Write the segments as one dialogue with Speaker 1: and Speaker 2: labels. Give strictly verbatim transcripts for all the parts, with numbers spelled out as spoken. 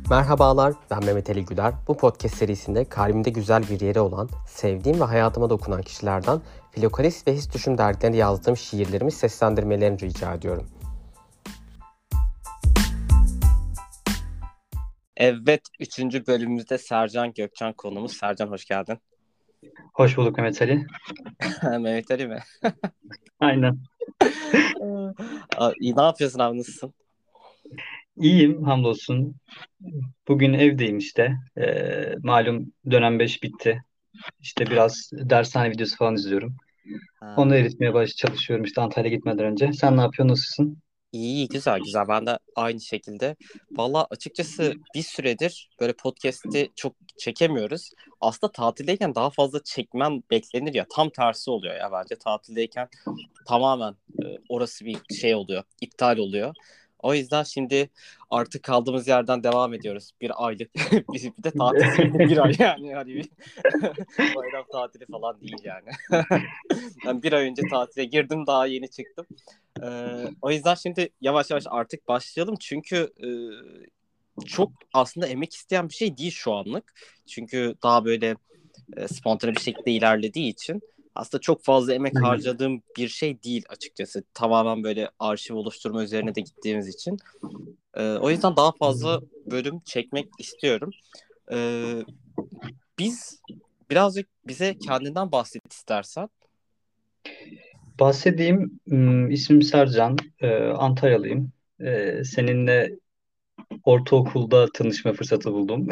Speaker 1: Merhabalar, ben Mehmet Ali Güler. Bu podcast serisinde kalbimde güzel bir yeri olan, sevdiğim ve hayatıma dokunan kişilerden Filokalis ve His Düşüm dergilerinde yazdığım şiirlerimi seslendirmelerini rica ediyorum. Evet, üçüncü bölümümüzde Sercan Gökçen konuğumuz. Sercan hoş geldin.
Speaker 2: Hoş bulduk Mehmet Ali.
Speaker 1: Mehmet Ali mi?
Speaker 2: Aynen.
Speaker 1: Aa, iyi, ne yapıyorsun abi, nasılsın?
Speaker 2: İyiyim hamdolsun. Bugün evdeyim işte. Ee, malum dönem beş bitti. İşte biraz dershane videosu falan izliyorum.
Speaker 1: Ha.
Speaker 2: Onu eritmeye baş çalışıyorum işte Antalya'ya gitmeden önce. Sen ne yapıyorsun, nasılsın?
Speaker 1: İyi, güzel güzel. Ben de aynı şekilde. Valla açıkçası bir süredir böyle podcast'i çok çekemiyoruz. Aslında tatildeyken daha fazla çekmen beklenir ya. Tam tersi oluyor ya bence. Tatildeyken tamamen e, orası bir şey oluyor. İptal oluyor. O yüzden şimdi artık kaldığımız yerden devam ediyoruz. Bir aylık. Bir, bir de tatil süreci bir ay yani. Hani bir bayram tatili falan değil yani. Ben bir ay önce tatile girdim, daha yeni çıktım. Ee, o yüzden şimdi yavaş yavaş artık başlayalım. Çünkü e, çok aslında emek isteyen bir şey değil şu anlık. Çünkü daha böyle e, spontane bir şekilde ilerlediği için aslında çok fazla emek
Speaker 2: Aynen.
Speaker 1: harcadığım bir şey değil açıkçası. Tamamen böyle arşiv oluşturma üzerine de gittiğimiz için. E, o yüzden daha fazla bölüm çekmek istiyorum. E, biz birazcık bize kendinden bahset istersen.
Speaker 2: Bahsedeyim. Hmm, İsmim Sercan. Ee, Antalyalıyım. Ee, seninle ortaokulda tanışma fırsatı buldum.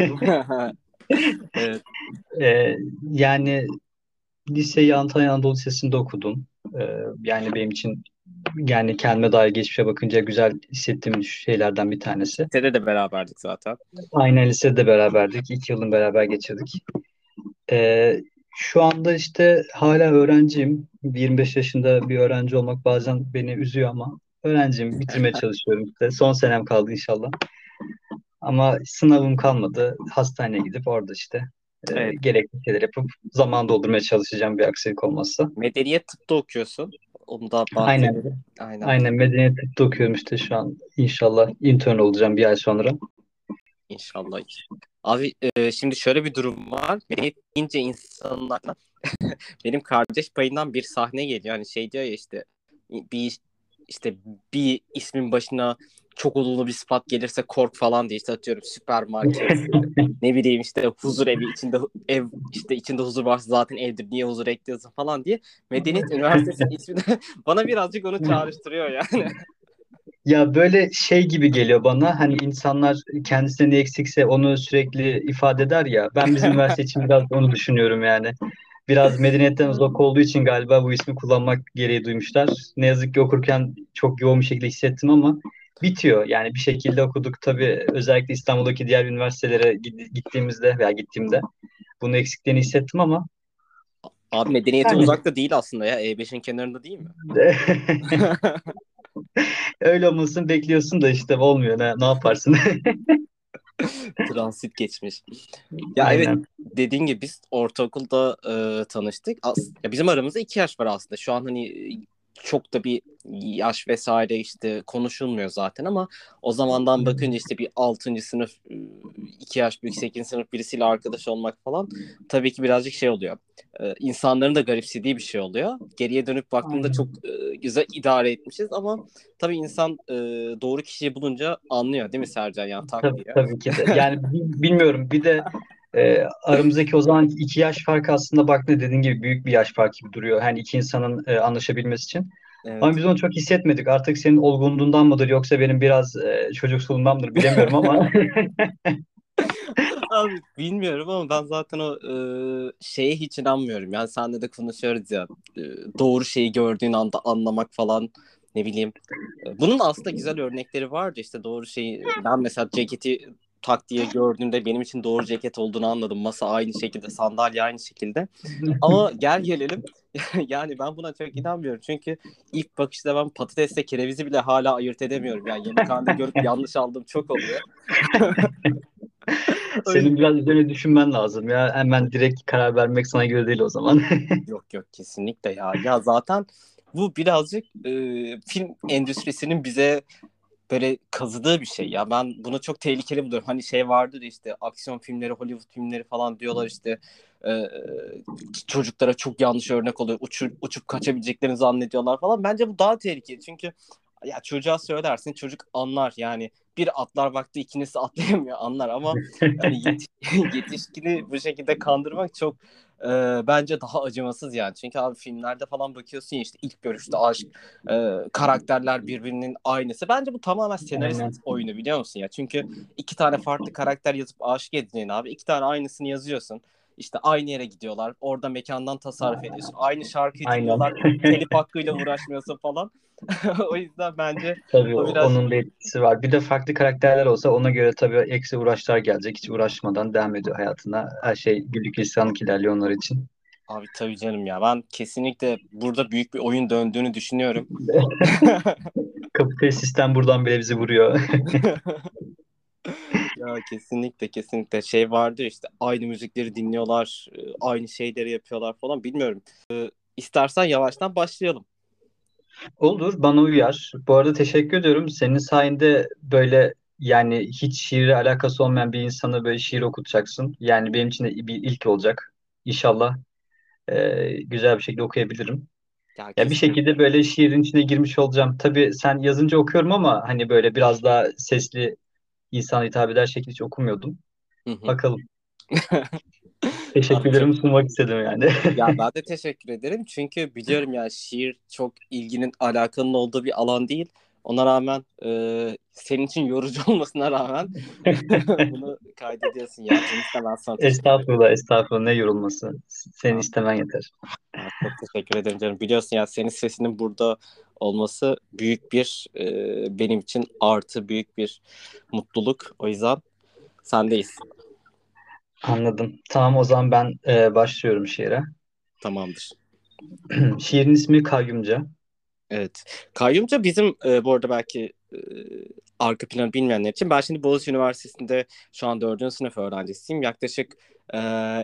Speaker 1: Evet.
Speaker 2: Ee, yani liseyi Antalya Anadolu Lisesi'nde okudum. Ee, yani benim için yani kendime dair geçmişe bakınca güzel hissettiğim şeylerden bir tanesi.
Speaker 1: Lisede de beraberdik zaten.
Speaker 2: Aynen lisede beraberdik. İki yılını beraber geçirdik. Ee, şu anda işte hala öğrenciyim. yirmi beş yaşında bir öğrenci olmak bazen beni üzüyor ama öğrenciyim. Bitirmeye çalışıyorum işte. Son senem kaldı inşallah. Ama sınavım kalmadı. Hastaneye gidip orada işte e,
Speaker 1: Evet.
Speaker 2: gerekli şeyler yapıp zaman doldurmaya çalışacağım bir aksilik olmazsa.
Speaker 1: Medeniyet tıpta okuyorsun. Onu da
Speaker 2: Aynen.
Speaker 1: bahsedelim. Aynen.
Speaker 2: Aynen medeniyet tıpta okuyorum işte şu an. İnşallah intern olacağım bir ay sonra.
Speaker 1: İnşallah. Abi e, şimdi şöyle bir durum var. Medeniyet deyince insanın aklına benim kardeş payından bir sahne geliyor. Hani şey diyor ya işte bir işte bir ismin başına çok olumlu bir sıfat gelirse kork falan diye, işte atıyorum süpermarket, ne bileyim işte huzur evi, içinde ev, işte içinde huzur varsa zaten evdir, niye huzur ekliyorsun falan diye. Medeniyet Üniversitesi'nin ismi de bana birazcık onu çağrıştırıyor yani.
Speaker 2: Ya böyle şey gibi geliyor bana hani insanlar kendisine ne eksikse onu sürekli ifade eder ya ben bizim üniversite için biraz onu düşünüyorum yani. Biraz medeniyetten uzak olduğu için galiba bu ismi kullanmak gereği duymuşlar. Ne yazık ki okurken çok yoğun bir şekilde hissettim ama bitiyor. Yani bir şekilde okuduk tabii özellikle İstanbul'daki diğer üniversitelere gid- gittiğimizde veya gittiğimde bunun eksikliğini hissettim ama
Speaker 1: Abi medeniyete
Speaker 2: yani
Speaker 1: uzak da değil aslında ya. E beşin kenarında değil mi?
Speaker 2: öyle olmasını bekliyorsun da işte olmuyor ne, ne yaparsın?
Speaker 1: Transit geçmiş. Ya evet,
Speaker 2: Aynen.
Speaker 1: dediğin gibi biz ortaokulda e, tanıştık. As ya bizim aramızda iki yaş var aslında. Şu an hani e, çok da bir yaş vesaire işte konuşulmuyor zaten ama o zamandan bakınca işte bir altıncı sınıf, e, iki yaş büyük sekizinci sınıf birisiyle arkadaş olmak falan tabii ki birazcık şey oluyor. E, insanların da garipsediği bir şey oluyor. Geriye dönüp baktığımda çok
Speaker 2: Aynen.
Speaker 1: e, güzel idare etmişiz ama tabii insan e, doğru kişiyi bulunca anlıyor değil mi Sercan, yani tak
Speaker 2: Tabii,
Speaker 1: diye.
Speaker 2: tabii ki de. Yani bi- bilmiyorum. Bir de e, aramızdaki o zaman iki yaş farkı aslında bak ne dediğin gibi büyük bir yaş farkı gibi duruyor. Hani iki insanın e, anlaşabilmesi için. Ama
Speaker 1: Evet.
Speaker 2: biz onu çok hissetmedik. Artık senin olgunluğundan mıdır yoksa benim biraz e, çocukluğumdan bilemiyorum ama
Speaker 1: Abi bilmiyorum ama ben zaten o e, şeye hiç inanmıyorum. Yani senle de konuşuyoruz ya, e, doğru şeyi gördüğün anda anlamak falan, ne bileyim. E, bunun aslında güzel örnekleri vardı, işte doğru şeyi. Ben mesela ceketi tak diye gördüğümde benim için doğru ceket olduğunu anladım. Masa aynı şekilde, sandalye aynı şekilde. Ama gel gelelim yani ben buna çok inanmıyorum. Çünkü ilk bakışta ben patatesle kerevizi bile hala ayırt edemiyorum. Yani yemekhanede görüp yanlış aldığım çok oluyor. O
Speaker 2: senin
Speaker 1: yüzden
Speaker 2: biraz üzerine düşünmen lazım ya. Hemen direkt karar vermek sana göre değil o zaman.
Speaker 1: yok yok, kesinlikle ya. Ya zaten bu birazcık e, film endüstrisinin bize böyle kazıdığı bir şey ya. Ben bunu çok tehlikeli buluyorum. Hani şey vardır ya, işte aksiyon filmleri, Hollywood filmleri falan diyorlar işte e, çocuklara çok yanlış örnek oluyor. Uçup, uçup kaçabileceklerini zannediyorlar falan. Bence bu daha tehlikeli. Çünkü ya çocuğa söylersin, çocuk anlar yani. Bir atlar baktı, ikincisi atlayamıyor, anlar ama hani yetiş- yetişkini bu şekilde kandırmak çok e, bence daha acımasız yani. Çünkü abi filmlerde falan bakıyorsun ya, işte ilk görüşte aşk, e, karakterler birbirinin aynısı. Bence bu tamamen senarist
Speaker 2: Aynen.
Speaker 1: oyunu, biliyor musun ya? Çünkü iki tane farklı karakter yazıp aşık edeceksin abi. İki tane aynısını yazıyorsun. İşte aynı yere gidiyorlar. Orada mekandan tasarruf ediyorsun. Aynı şarkıyı
Speaker 2: Aynen.
Speaker 1: dinliyorlar. Telif hakkıyla uğraşmıyorsun falan. O yüzden bence
Speaker 2: Tabii
Speaker 1: o
Speaker 2: o-
Speaker 1: biraz
Speaker 2: onun da etkisi var. Bir de farklı karakterler olsa ona göre tabii eksi uğraşlar gelecek. Hiç uğraşmadan devam ediyor hayatına. Her şey güllük gülistanlık ilerliyor onlar için.
Speaker 1: abi tabii canım ya. Ben kesinlikle burada büyük bir oyun döndüğünü düşünüyorum.
Speaker 2: Kapitalist sistem buradan bile bizi vuruyor.
Speaker 1: Ya kesinlikle kesinlikle şey vardı ya, işte aynı müzikleri dinliyorlar, e, aynı şeyleri yapıyorlar falan, bilmiyorum. İstersen yavaştan başlayalım.
Speaker 2: Olur, bana uyar. Bu arada teşekkür ediyorum. Senin sayende böyle yani hiç şiirle alakası olmayan bir insana böyle şiir okutacaksın. Yani benim için de bir ilk olacak. İnşallah e, güzel bir şekilde okuyabilirim.
Speaker 1: Ya
Speaker 2: Ya bir
Speaker 1: kesin.
Speaker 2: şekilde böyle şiirin içine girmiş olacağım. Tabii sen yazınca okuyorum ama hani böyle biraz daha sesli insana hitap eder şekilde hiç okumuyordum.
Speaker 1: Hı hı.
Speaker 2: Bakalım.
Speaker 1: Abi çok,
Speaker 2: Teşekkürlerimi sunmak istedim yani.
Speaker 1: ya ben de teşekkür ederim. Çünkü biliyorum ya, şiir çok ilginin, alakanın olduğu bir alan değil. Ona rağmen e, senin için yorucu olmasına rağmen bunu kaydediyorsun ya. Öncelikle ben sana teşekkür ederim.
Speaker 2: Estağfurullah, estağfurullah. Ne yorulması. Senin
Speaker 1: Ya,
Speaker 2: istemen yeter.
Speaker 1: ya çok teşekkür ederim canım. Biliyorsun ya, senin sesinin burada olması büyük bir e, benim için artı, büyük bir mutluluk. O yüzden sendeyiz.
Speaker 2: Anladım. Tamam o zaman ben e, başlıyorum şiire.
Speaker 1: Tamamdır.
Speaker 2: Şiirin ismi Kayyumca.
Speaker 1: Evet. Kayyumca bizim e, bu arada belki e, arka planı bilmeyenler için, ben şimdi Boğaziçi Üniversitesi'nde şu an dördüncü sınıf öğrencisiyim. Yaklaşık e,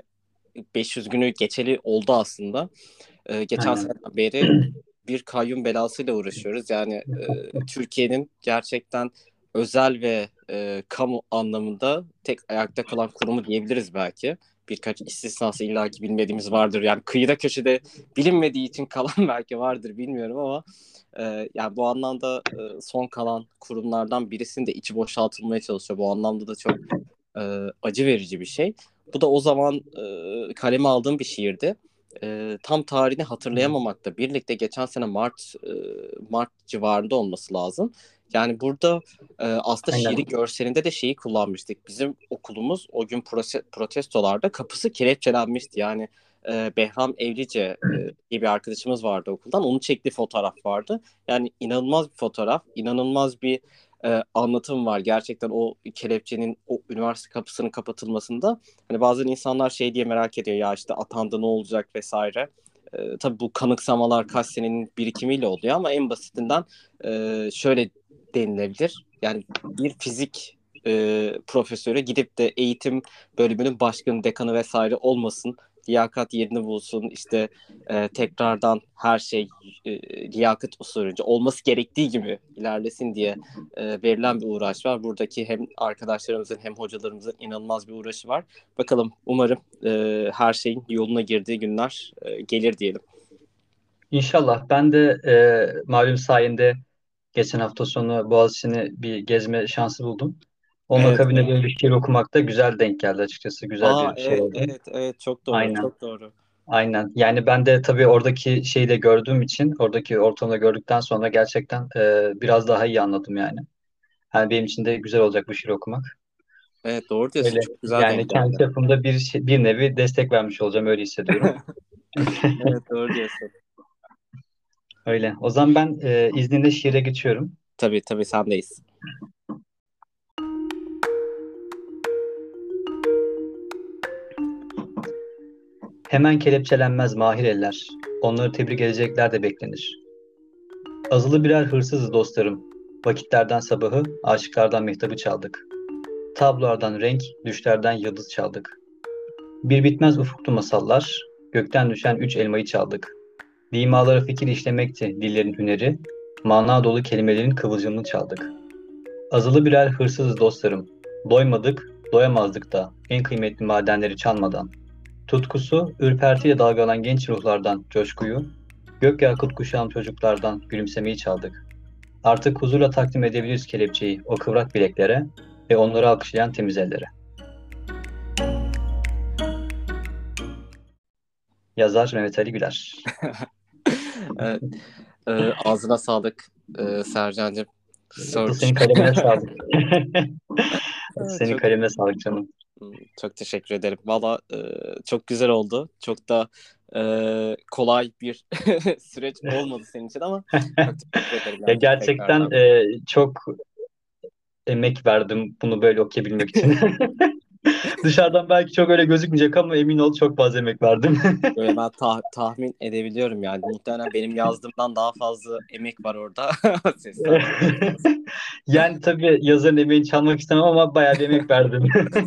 Speaker 1: beş yüz günü geçeli oldu aslında. E, geçen
Speaker 2: Aynen.
Speaker 1: seneden beri bir kayyum belasıyla uğraşıyoruz. Yani e, Türkiye'nin gerçekten özel ve e, kamu anlamında tek ayakta kalan kurumu diyebiliriz belki. Birkaç istisnası illaki bilmediğimiz vardır. Yani kıyıda köşede bilinmediği için kalan belki vardır, bilmiyorum ama e, yani bu anlamda e, son kalan kurumlardan birisinin de içi boşaltılmaya çalışıyor. Bu anlamda da çok e, acı verici bir şey. Bu da o zaman e, kaleme aldığım bir şiirdi. E, tam tarihini hatırlayamamakla birlikte geçen sene Mart e, Mart civarında olması lazım. Yani burada e, aslında şiirin
Speaker 2: Aynen.
Speaker 1: görselinde de şeyi kullanmıştık. Bizim okulumuz o gün prose- protestolarda kapısı kelepçelenmişti. Yani e, Behram Evlice e, diye bir arkadaşımız vardı okuldan. Onun çektiği fotoğraf vardı. Yani inanılmaz bir fotoğraf, inanılmaz bir e, anlatım var. Gerçekten o kelepçenin o üniversite kapısının kapatılmasında. Hani bazen insanlar şey diye merak ediyor ya, işte atanda ne olacak vesaire. E, tabii bu kanıksamalar kaç senenin birikimiyle oluyor ama en basitinden e, şöyle denilebilir. Yani bir fizik e, profesörü gidip de eğitim bölümünün başkanı, dekanı vesaire olmasın. Liyakat yerini bulsun. İşte e, tekrardan her şey e, liyakat usulünce olması gerektiği gibi ilerlesin diye e, verilen bir uğraş var. Buradaki hem arkadaşlarımızın hem hocalarımızın inanılmaz bir uğraşı var. Bakalım, umarım e, her şeyin yoluna girdiği günler e, gelir diyelim.
Speaker 2: İnşallah. Ben de e, malum sayende geçen hafta sonu Boğaziçi'ni bir gezme şansı buldum. Onun
Speaker 1: Evet,
Speaker 2: akabinde
Speaker 1: evet.
Speaker 2: böyle bir şiir okumak da güzel denk geldi açıkçası. Güzel
Speaker 1: Aa,
Speaker 2: bir şey
Speaker 1: evet,
Speaker 2: oldu.
Speaker 1: evet, evet. Çok doğru,
Speaker 2: Aynen.
Speaker 1: çok doğru.
Speaker 2: Aynen. Yani ben de tabii oradaki şeyi de gördüğüm için, oradaki ortamda gördükten sonra gerçekten e, biraz daha iyi anladım yani. Yani benim için de güzel olacak bu şiir okumak.
Speaker 1: Evet, doğru diyorsun.
Speaker 2: Öyle.
Speaker 1: Çok güzel
Speaker 2: Yani
Speaker 1: denk
Speaker 2: kendi
Speaker 1: geldi.
Speaker 2: çapımda bir şey- bir nevi destek vermiş olacağım öyle hissediyorum.
Speaker 1: Evet, doğru diyorsun.
Speaker 2: Öyle. O zaman ben e, izninle şiire geçiyorum.
Speaker 1: Tabii, tabii, sendeyiz.
Speaker 2: Hemen kelepçelenmez mahir eller. Onları tebrik edecekler de beklenir. Azılı birer hırsızız dostlarım. Vakitlerden sabahı, aşıklardan mehtabı çaldık. Tablolardan renk, düşlerden yıldız çaldık. Bir bitmez ufuktu masallar, gökten düşen üç elmayı çaldık. Dimalara fikir işlemekti dillerin hüneri, mana dolu kelimelerin kıvılcımını çaldık. Azılı birer hırsızız dostlarım. Doymadık, doyamazdık da en kıymetli madenleri çalmadan. Tutkusu, ürpertiyle dalgalanan genç ruhlardan coşkuyu, gök yakut kuşağın çocuklardan gülümsemeyi çaldık. Artık huzurla takdim edebiliriz kelepçeyi o kıvrak bileklere ve onları alkışlayan temiz ellere. Yazar Mehmet Ali Güler.
Speaker 1: Evet, e, ağzına sağlık e, Sercan'cığım.
Speaker 2: Bu
Speaker 1: Search.
Speaker 2: senin kalemine sağlık. Senin
Speaker 1: Çok
Speaker 2: kalemine sağlık canım.
Speaker 1: çok teşekkür ederim. Valla e, çok güzel oldu. Çok da e, kolay bir süreç olmadı senin için ama çok teşekkür ederim
Speaker 2: Ya
Speaker 1: yani
Speaker 2: gerçekten
Speaker 1: tekrardan.
Speaker 2: e, çok emek verdim bunu böyle okuyabilmek için. Dışarıdan belki çok öyle gözükmeyecek ama emin ol çok fazla emek verdim.
Speaker 1: Böyle ben tah- tahmin edebiliyorum yani. Muhtemelen benim yazdığımdan daha fazla emek var orada. Seslendirme esnasında.
Speaker 2: Yani tabii yazarın emeğini çalmak istemem ama bayağı bir emek verdim.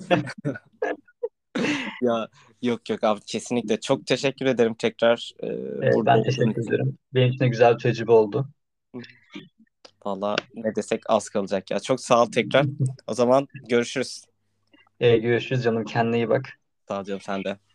Speaker 1: Ya yok yok abi, kesinlikle çok teşekkür ederim tekrar e,
Speaker 2: E,
Speaker 1: burada
Speaker 2: Ben
Speaker 1: olduğun
Speaker 2: teşekkür
Speaker 1: için.
Speaker 2: ederim. Benim için de güzel bir tecrübe oldu.
Speaker 1: Valla ne desek az kalacak ya. Çok sağ ol tekrar. O zaman görüşürüz.
Speaker 2: E, görüşürüz canım. Kendine iyi bak.
Speaker 1: Sağ ol canım, sen de.